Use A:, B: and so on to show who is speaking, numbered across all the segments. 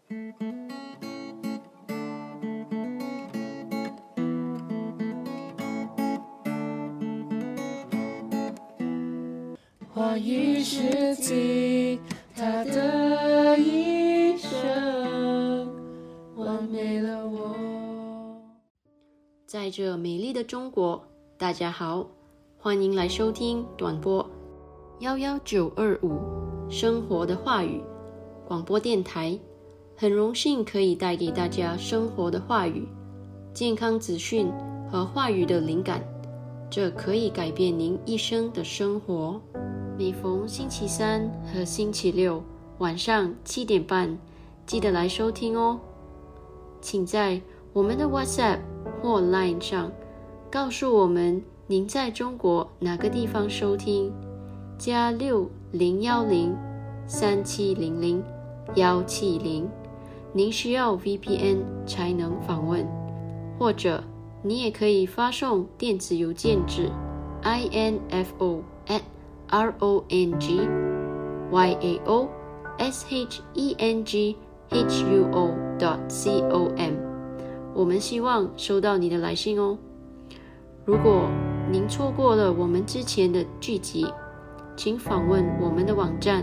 A: 话语是尽他的一生，完美了我。
B: 在这美丽的中国，大家好，欢迎来收听短波11925生活的话语广播电台。很荣幸可以带给大家生活的话语、健康资讯和话语的灵感，这可以改变您一生的生活。每逢星期三和星期六晚上7点半，记得来收听哦。请在我们的 WhatsApp 或 Line 上告诉我们您在中国哪个地方收听，加60103700170。您需要 VPN 才能访问，或者你也可以发送电子邮件至 info@rongyao.shenghuo.com。我们希望收到你的来信哦。如果您错过了我们之前的剧集，请访问我们的网站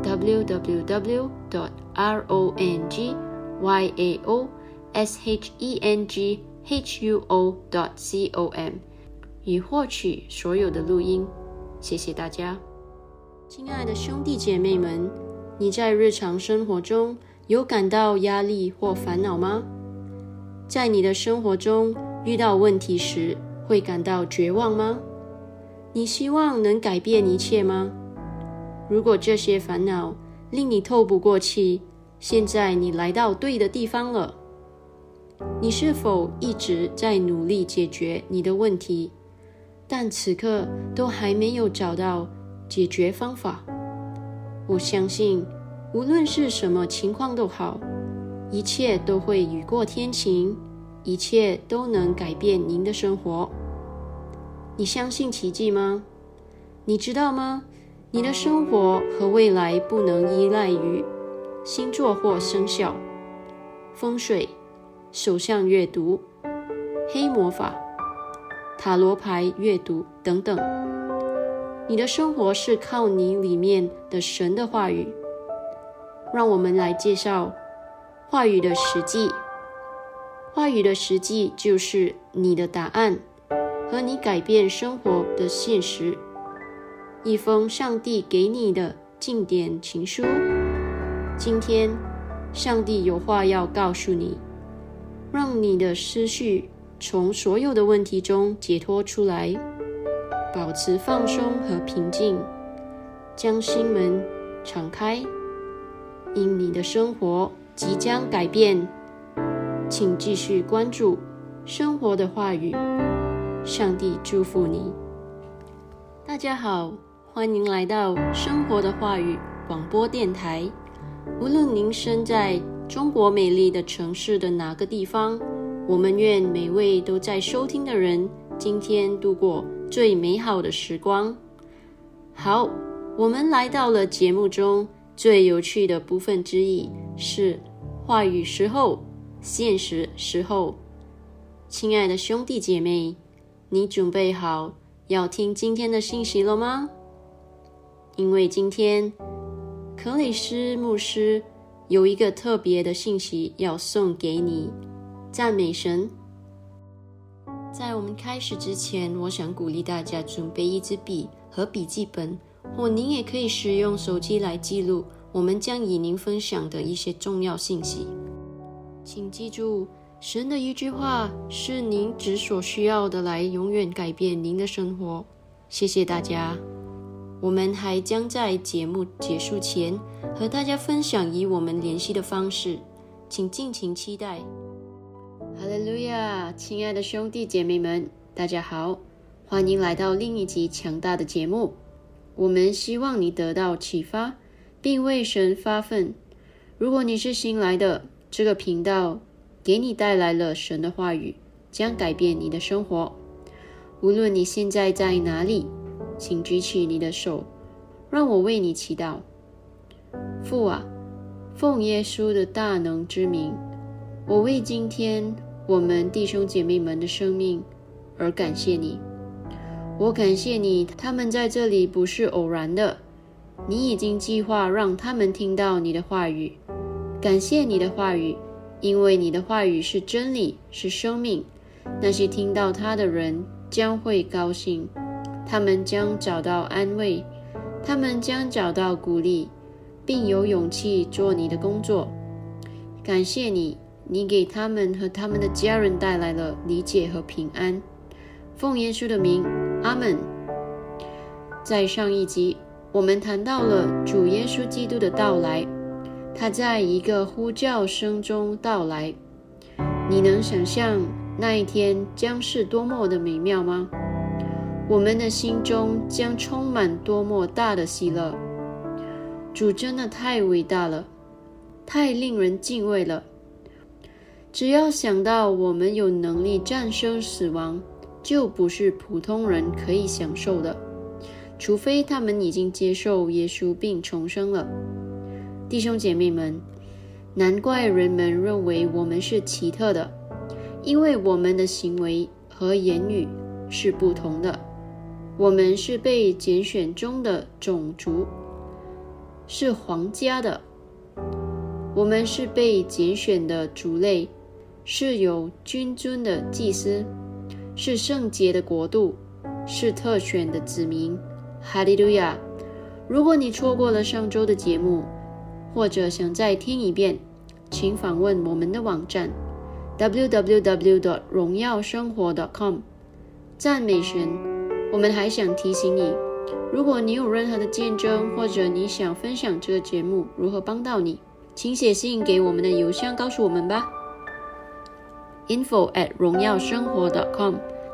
B: www.rongyao.shenghuo.com 以获取所有的录音。谢谢大家。亲爱的兄弟姐妹们，你在日常生活中有感到压力或烦恼吗？在你的生活中遇到问题时，会感到绝望吗？你希望能改变一切吗？如果这些烦恼令你透不过气，现在你来到对的地方了。你是否一直在努力解决你的问题，但此刻都还没有找到解决方法？我相信，无论是什么情况都好，一切都会雨过天晴，一切都能改变您的生活。你相信奇迹吗？你知道吗？你的生活和未来不能依赖于星座或生肖、风水、手相阅读、黑魔法、塔罗牌阅读等等。你的生活是靠你里面的神的话语。让我们来介绍话语的实际。话语的实际就是你的答案和你改变生活的现实。一封上帝给你的经典情书。今天，上帝有话要告诉你，让你的思绪从所有的问题中解脱出来，保持放松和平静，将心门敞开，因你的生活即将改变。请继续关注生活的话语，上帝祝福你。大家好，欢迎来到生活的话语广播电台。无论您身在中国美丽的城市的哪个地方，我们愿每位都在收听的人今天度过最美好的时光。好，我们来到了节目中最有趣的部分之一，是话语时候，现实时候。亲爱的兄弟姐妹，你准备好要听今天的信息了吗？因为今天克里斯牧师有一个特别的信息要送给你。赞美神。在我们开始之前，我想鼓励大家准备一支笔和笔记本，或您也可以使用手机来记录我们将与您分享的一些重要信息。请记住，神的一句话是您只所需要的，来永远改变您的生活。谢谢大家。我们还将在节目结束前和大家分享与我们联系的方式，请敬请期待。哈利路亚，亲爱的兄弟姐妹们，大家好，欢迎来到另一集强大的节目。我们希望你得到启发，并为神发奋。如果你是新来的，这个频道给你带来了神的话语，将改变你的生活。无论你现在在哪里，请举起你的手，让我为你祈祷。父啊， 奉耶稣的大能之名，我为今天我们弟兄姐妹们的生命而感谢你。我感谢你，他们在这里不是偶然的，你已经计划让他们听到你的话语。感谢你的话语，因为你的话语是真理，是生命。那些听到它的人将会高兴，他们将找到安慰，他们将找到鼓励，并有勇气做你的工作。感谢你，你给他们和他们的家人带来了理解和平安。奉耶稣的名，阿们。在上一集，我们谈到了主耶稣基督的到来，他在一个呼叫声中到来。你能想象那一天将是多么的美妙吗？我们的心中将充满多么大的喜乐。主真的太伟大了，太令人敬畏了。只要想到我们有能力战胜死亡，就不是普通人可以享受的，除非他们已经接受耶稣并重生了。弟兄姐妹们，难怪人们认为我们是奇特的，因为我们的行为和言语是不同的。我们是被拣选中的种族，是皇家的。我们是被拣选的族类，是有君尊的祭司，是圣洁的国度，是特选的子民。哈利路亚！如果你错过了上周的节目，或者想再听一遍，请访问我们的网站 www.荣耀生活.com。 赞美神！我们还想提醒你，如果你有任何的见证，或者你想分享这个节目如何帮到你，请写信给我们的邮箱告诉我们吧。info@荣耀生活.com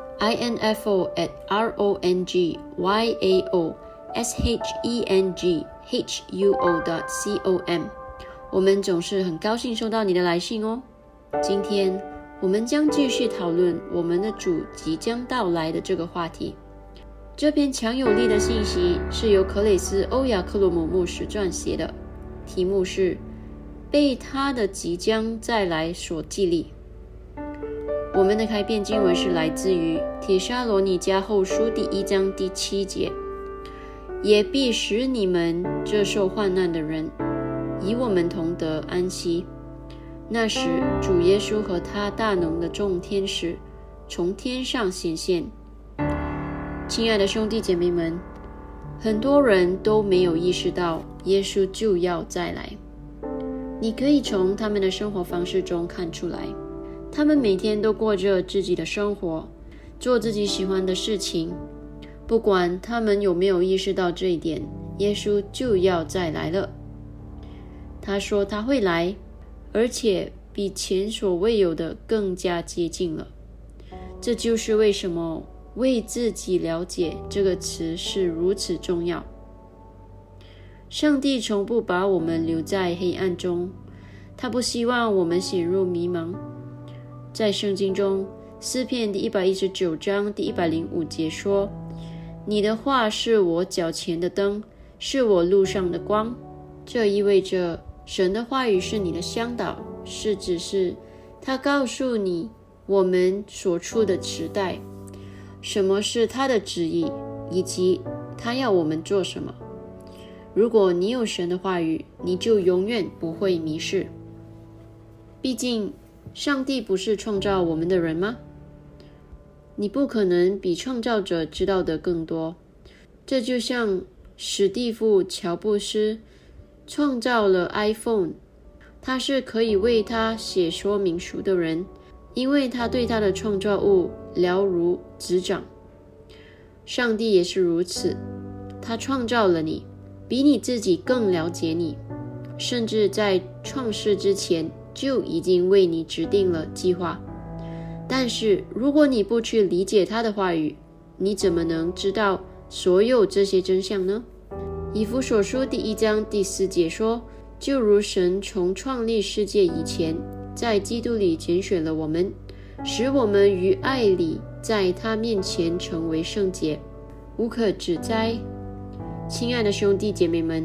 B: info@RONGYAOSHENGHUO.com。 我们总是很高兴收到你的来信哦。今天我们将继续讨论我们的主即将到来的这个话题。这篇强有力的信息是由克雷斯·欧亚克罗姆牧师撰写的，题目是被他的即将再来所激励。我们的开篇经文是来自于帖撒罗尼迦后书第1章第7节，也必使你们这受患难的人与我们同得安息。那时主耶稣和他大能的众天使从天上显现。亲爱的兄弟姐妹们，很多人都没有意识到耶稣就要再来。你可以从他们的生活方式中看出来，他们每天都过着自己的生活，做自己喜欢的事情。不管他们有没有意识到这一点，耶稣就要再来了。他说他会来，而且比前所未有的更加接近了。这就是为什么为自己了解这个词是如此重要。上帝从不把我们留在黑暗中，他不希望我们陷入迷茫。在圣经中，诗篇第119章第105节说，你的话是我脚前的灯，是我路上的光。这意味着神的话语是你的向导，是指示他告诉你我们所处的时代，什么是他的旨意，以及他要我们做什么。如果你有神的话语，你就永远不会迷失。毕竟上帝不是创造我们的人吗？你不可能比创造者知道的更多。这就像史蒂夫·乔布斯创造了 iPhone， 他是可以为他写说明书的人，因为他对他的创造物了如指掌。上帝也是如此，他创造了你，比你自己更了解你，甚至在创世之前就已经为你制定了计划。但是如果你不去理解他的话语，你怎么能知道所有这些真相呢？以弗所书第1章第4节说，就如神从创立世界以前，在基督里拣选了我们，使我们于爱里在他面前成为圣洁，无可指摘。亲爱的兄弟姐妹们，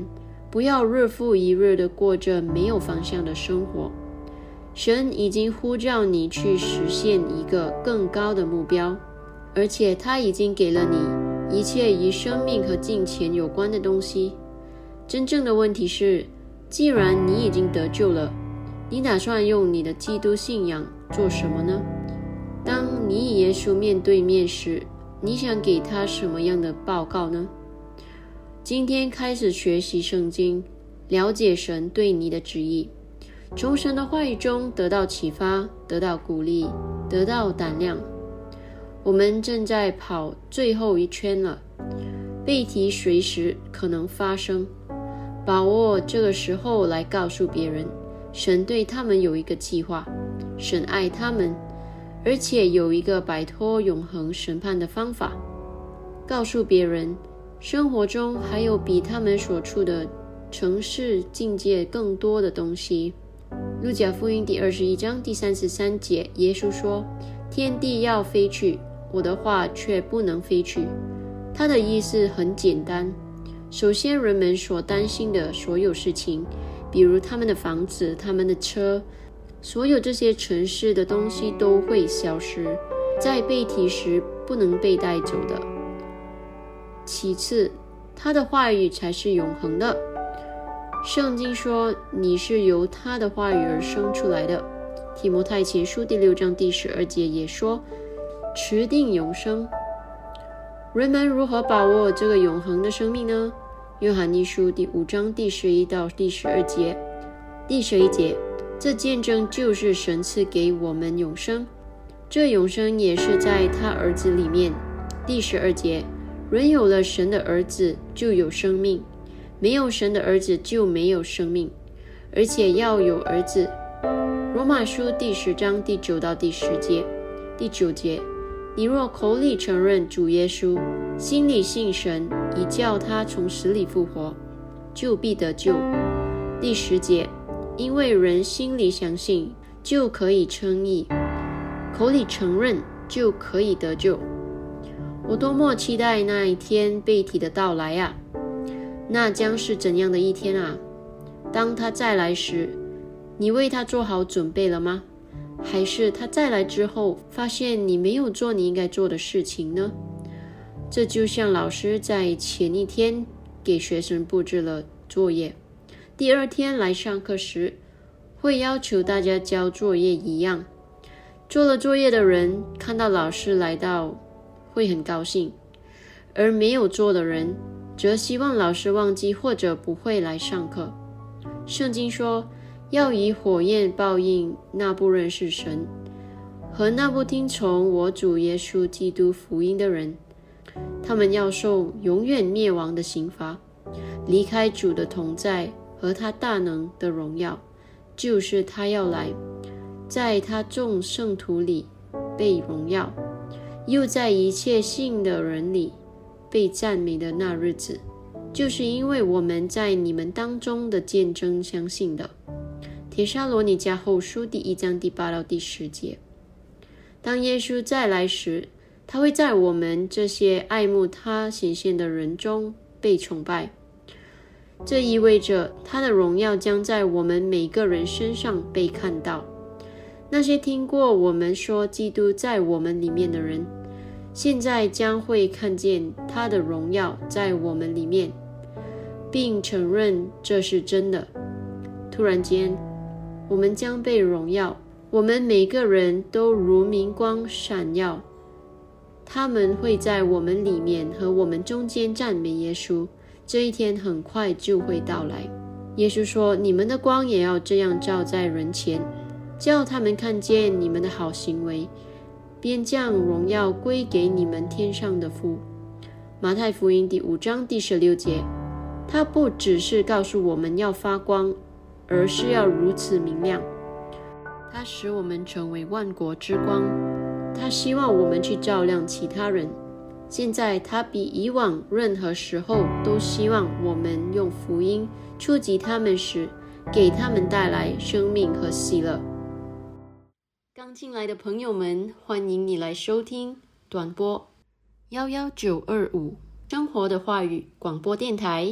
B: 不要日复一日的过着没有方向的生活。神已经呼召你去实现一个更高的目标，而且他已经给了你一切与生命和金钱有关的东西。真正的问题是，既然你已经得救了，你打算用你的基督信仰做什么呢？当你与耶稣面对面时，你想给他什么样的报告呢？今天开始学习圣经，了解神对你的旨意，从神的话语中得到启发，得到鼓励，得到胆量。我们正在跑最后一圈了，背题随时可能发生，把握这个时候来告诉别人，神对他们有一个计划，神爱他们，而且有一个摆脱永恒审判的方法。告诉别人，生活中还有比他们所处的城市境界更多的东西。路加福音第21章第33节，耶稣说，天地要飞去，我的话却不能飞去。他的意思很简单，首先人们所担心的所有事情，比如他们的房子，他们的车，所有这些城市的东西都会消失，在被提时不能被带走的。其次，他的话语才是永恒的。圣经说，你是由他的话语而生出来的。提摩太前书第6章第12节也说，持定永生。人们如何把握这个永恒的生命呢？约翰一书第5章第11到第12节。第11节，这见证就是神赐给我们永生，这永生也是在他儿子里面。第12节，人有了神的儿子就有生命，没有神的儿子就没有生命，而且要有儿子。罗马书第10章第9到第10节。第9节，你若口里承认主耶稣，心里信神，以叫他从死里复活，就必得救。第10节，因为人心里相信，就可以称义，口里承认，就可以得救。我多么期待那一天被提的到来啊！那将是怎样的一天啊？当他再来时，你为他做好准备了吗？还是他再来之后，发现你没有做你应该做的事情呢？这就像老师在前一天给学生布置了作业，第二天来上课时，会要求大家交作业一样。做了作业的人看到老师来到，会很高兴，而没有做的人则希望老师忘记或者不会来上课。圣经说，要以火焰报应那不认识神和那不听从我主耶稣基督福音的人，他们要受永远灭亡的刑罚，离开主的同在和他大能的荣耀，就是他要来，在他众圣徒里被荣耀，又在一切信的人里被赞美的那日子，就是因为我们在你们当中的见证相信的。帖撒罗尼迦后书第1章第8到第10节。当耶稣再来时，他会在我们这些爱慕他显现的人中被崇拜，这意味着他的荣耀将在我们每个人身上被看到。那些听过我们说基督在我们里面的人，现在将会看见他的荣耀在我们里面，并承认这是真的。突然间，我们将被荣耀，我们每个人都如明光闪耀。他们会在我们里面和我们中间赞美耶稣，这一天很快就会到来。耶稣说，你们的光也要这样照在人前，叫他们看见你们的好行为，便将荣耀归给你们天上的父。马太福音第5章第16节，他不只是告诉我们要发光，而是要如此明亮。他使我们成为万国之光，他希望我们去照亮其他人。现在他比以往任何时候都希望我们用福音触及他们时，给他们带来生命和喜乐。刚进来的朋友们，欢迎你来收听短波11925生活的话语广播电台。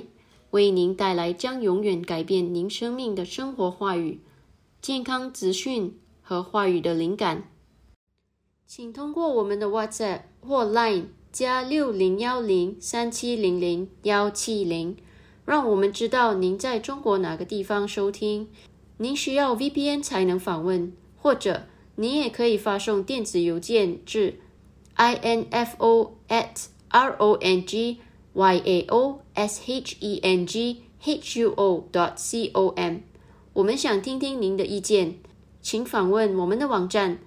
B: 为您带来将永远改变您生命的生活话语、健康资讯和话语的灵感。请通过我们的 WhatsApp 或 Line 加601037000170，让我们知道您在中国哪个地方收听。您需要 VPN 才能访问，或者您也可以发送电子邮件至 info@rongyao.huo.com。我们想听听您的意见，请访问我们的网站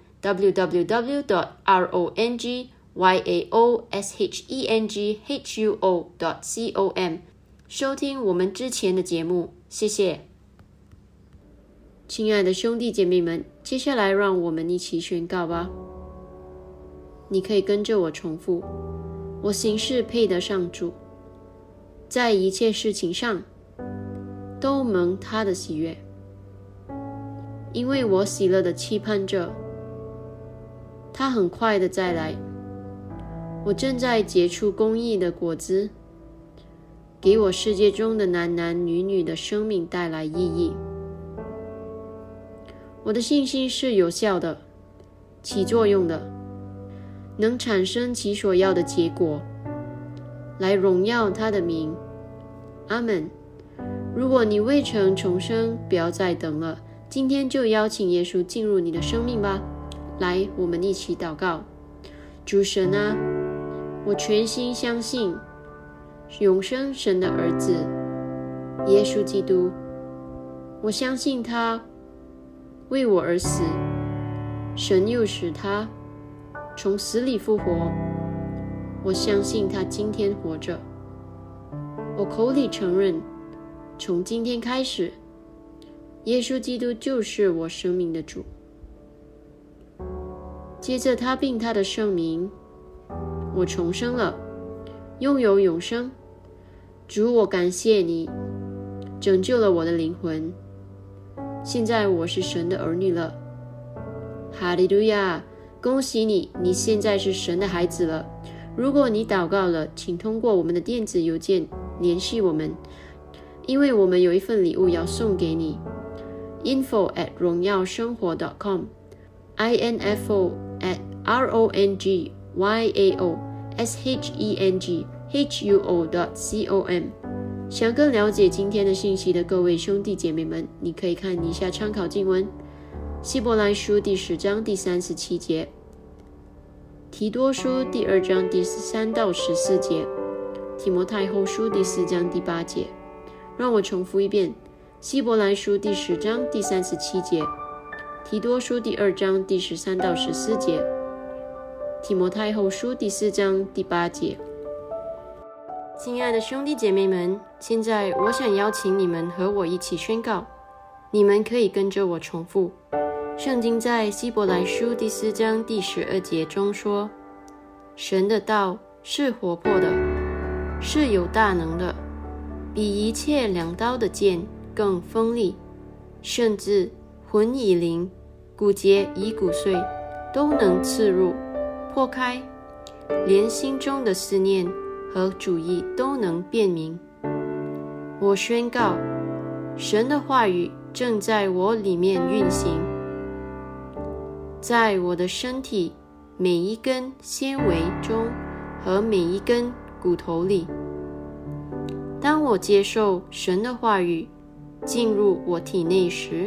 B: www.rongyao.huo.com， 收听我们之前的节目。谢谢。亲爱的兄弟姐妹们，接下来让我们一起宣告吧。你可以跟着我重复：我行事配得上主，在一切事情上都蒙他的喜悦，因为我喜乐地期盼着他很快的再来。我正在结出公义的果子，给我世界中的男男女女的生命带来意义。我的信心是有效的，起作用的，能产生其所要的结果，来荣耀他的名。阿们。如果你未曾重生，不要再等了，今天就邀请耶稣进入你的生命吧。来，我们一起祷告。主神啊，我全心相信永生神的儿子耶稣基督，我相信他为我而死，神又使他从死里复活。我相信他今天活着。我口里承认，从今天开始，耶稣基督就是我生命的主。接着他并他的圣名，我重生了，拥有永生。主，我感谢你拯救了我的灵魂，现在我是神的儿女了。哈利路亚！恭喜你，你现在是神的孩子了。如果你祷告了，请通过我们的电子邮件联系我们，因为我们有一份礼物要送给你。info@荣耀生活.com info@rongyao.huo.com。 想更了解今天的信息的各位兄弟姐妹们，你可以看以下参考经文：希伯来书第10章第37节，提多书第2章第13到14节，提摩太后书第4章第8节。让我重复一遍：希伯来书第10章第37节，提多书第2章第13到14节，提摩太后书第4章第8节。亲爱的兄弟姐妹们，现在我想邀请你们和我一起宣告，你们可以跟着我重复。圣经在希伯来书第4章第12节中说，神的道是活泼的，是有大能的，比一切两刀的剑更锋利，甚至魂以灵，骨节以骨髓，都能刺入破开，连心中的思念和主意都能辨明。我宣告，神的话语正在我里面运行，在我的身体每一根纤维中和每一根骨头里。当我接受神的话语进入我体内时，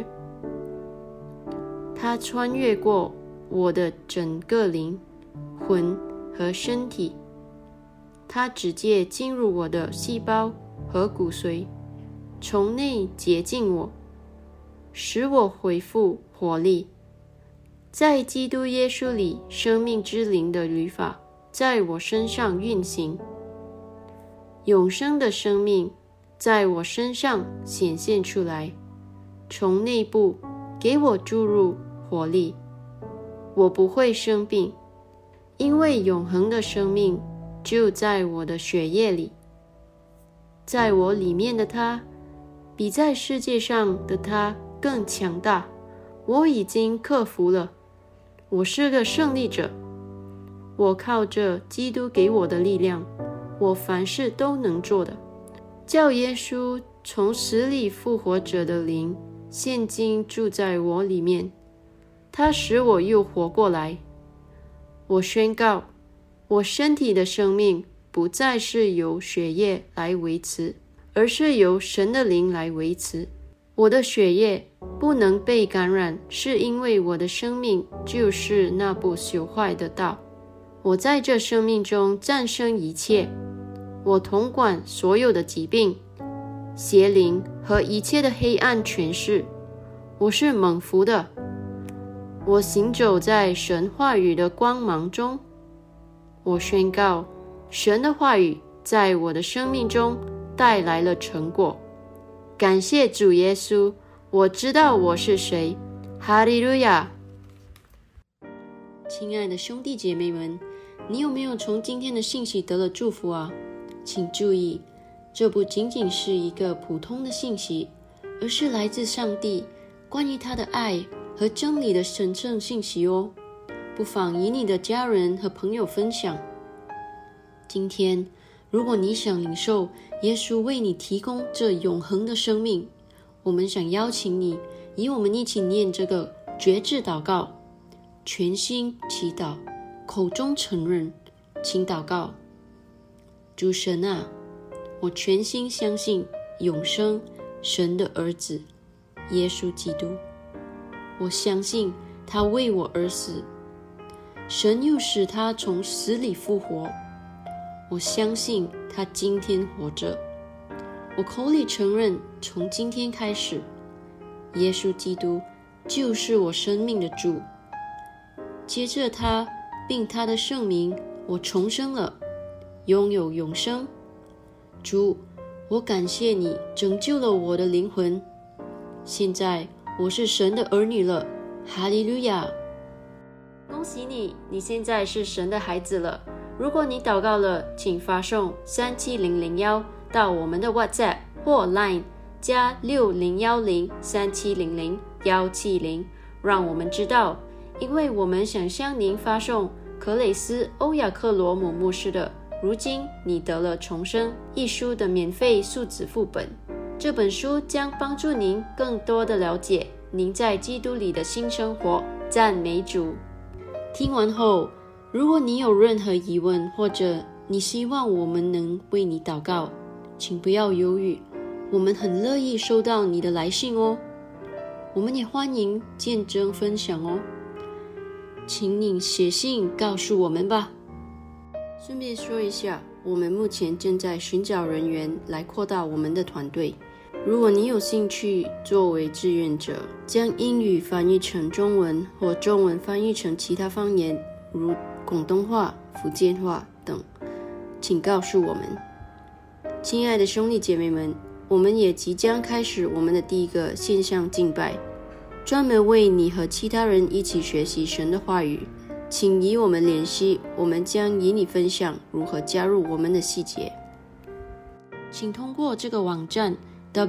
B: 它穿越过我的整个灵魂和身体，它直接进入我的细胞和骨髓，从内洁净我，使我恢复活力。在基督耶稣里，生命之灵的律法在我身上运行，永生的生命在我身上显现出来，从内部给我注入活力。我不会生病，因为永恒的生命就在我的血液里。在我里面的他，比在世界上的他更强大。我已经克服了，我是个胜利者。我靠着基督给我的力量，我凡事都能做的。 叫耶稣从死里复活者的灵现今住在我里面，他使我又活过来。我宣告，我身体的生命不再是由血液来维持，而是由神的灵来维持。我的血液不能被感染，是因为我的生命就是那不朽坏的道。我在这生命中战胜一切，我统管所有的疾病、邪灵和一切的黑暗权势。我是蒙福的，我行走在神话语的光芒中。我宣告，神的话语在我的生命中带来了成果。感谢主耶稣，我知道我是谁。哈利路亚！亲爱的兄弟姐妹们，你有没有从今天的信息得了祝福啊？请注意，这不仅仅是一个普通的信息，而是来自上帝关于他的爱和真理的神圣信息哦。不妨与你的家人和朋友分享。今天，如果你想领受耶稣为你提供这永恒的生命，我们想邀请你与我们一起念这个决志祷告，全心祈祷，口中承认。请祷告：主神啊，我全心相信永生神的儿子耶稣基督，我相信他为我而死，神又使他从死里复活，我相信他今天活着。我口里承认，从今天开始，耶稣基督就是我生命的主。接着他并他的圣名，我重生了，拥有永生。主，我感谢你拯救了我的灵魂，现在我是神的儿女了。哈利路亚！恭喜你，你现在是神的孩子了。如果你祷告了，请发送37001到我们的 WhatsApp 或 Line 加601037000170，让我们知道，因为我们想向您发送克雷斯·欧亚克罗姆牧师的《如今你得了重生》一书的免费数字副本。这本书将帮助您更多的了解您在基督里的新生活。赞美主！听完后，如果你有任何疑问，或者你希望我们能为你祷告，请不要犹豫，我们很乐意收到你的来信哦。我们也欢迎见证分享哦，请你写信告诉我们吧。顺便说一下，我们目前正在寻找人员来扩大我们的团队。如果你有兴趣作为志愿者，将英语翻译成中文或中文翻译成其他方言，如广东话、福建话等，请告诉我们。亲爱的兄弟姐妹们，我们也即将开始我们的第一个线上敬拜，专门为你和其他人一起学习神的话语。请与我们联系，我们将与你分享如何加入我们的细节。请通过这个网站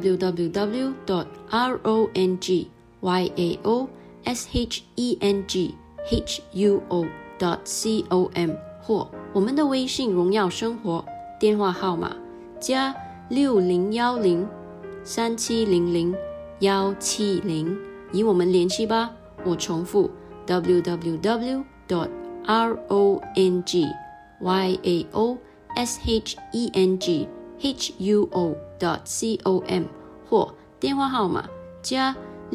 B: www.rongyashenghuo.com 或我们的微信荣耀生活电话号码加601037000170，与我们联系吧。我重复 www.rongyashenghuo.com 或电话号码加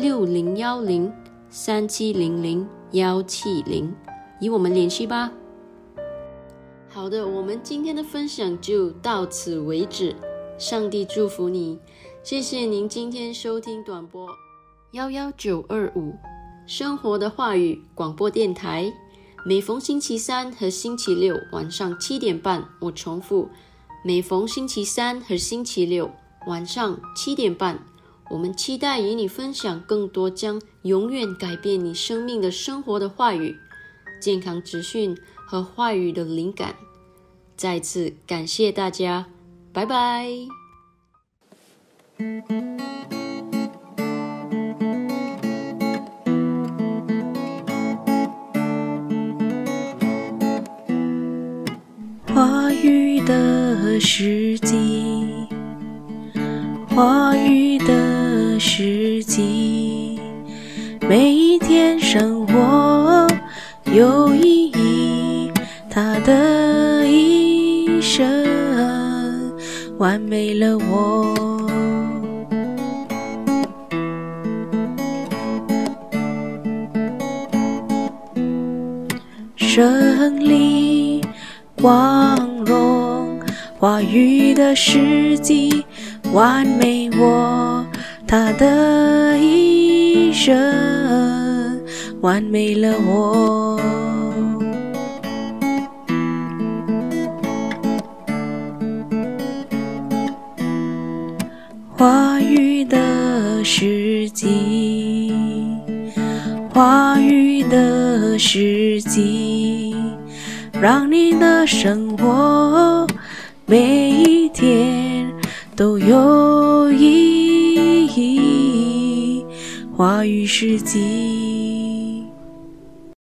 B: 601037000170，与我们联系吧。好的，我们今天的分享就到此为止。上帝祝福你，谢谢您今天收听短波11925生活的话语广播电台，每逢星期三和星期六晚上7点半。我重复，每逢星期三和星期六晚上7点半。我们期待与你分享更多将永远改变你生命的生活的话语、健康资讯和话语的灵感。再次感谢大家，拜拜。
A: 话语的时机， 话语的实际，每一天生活有意义，他的一生完美了我。胜利光荣，话语的实际完美我，他的一生完美了我。话语的实际，话语的实际，让你的生活每一天都有意义。话语实际。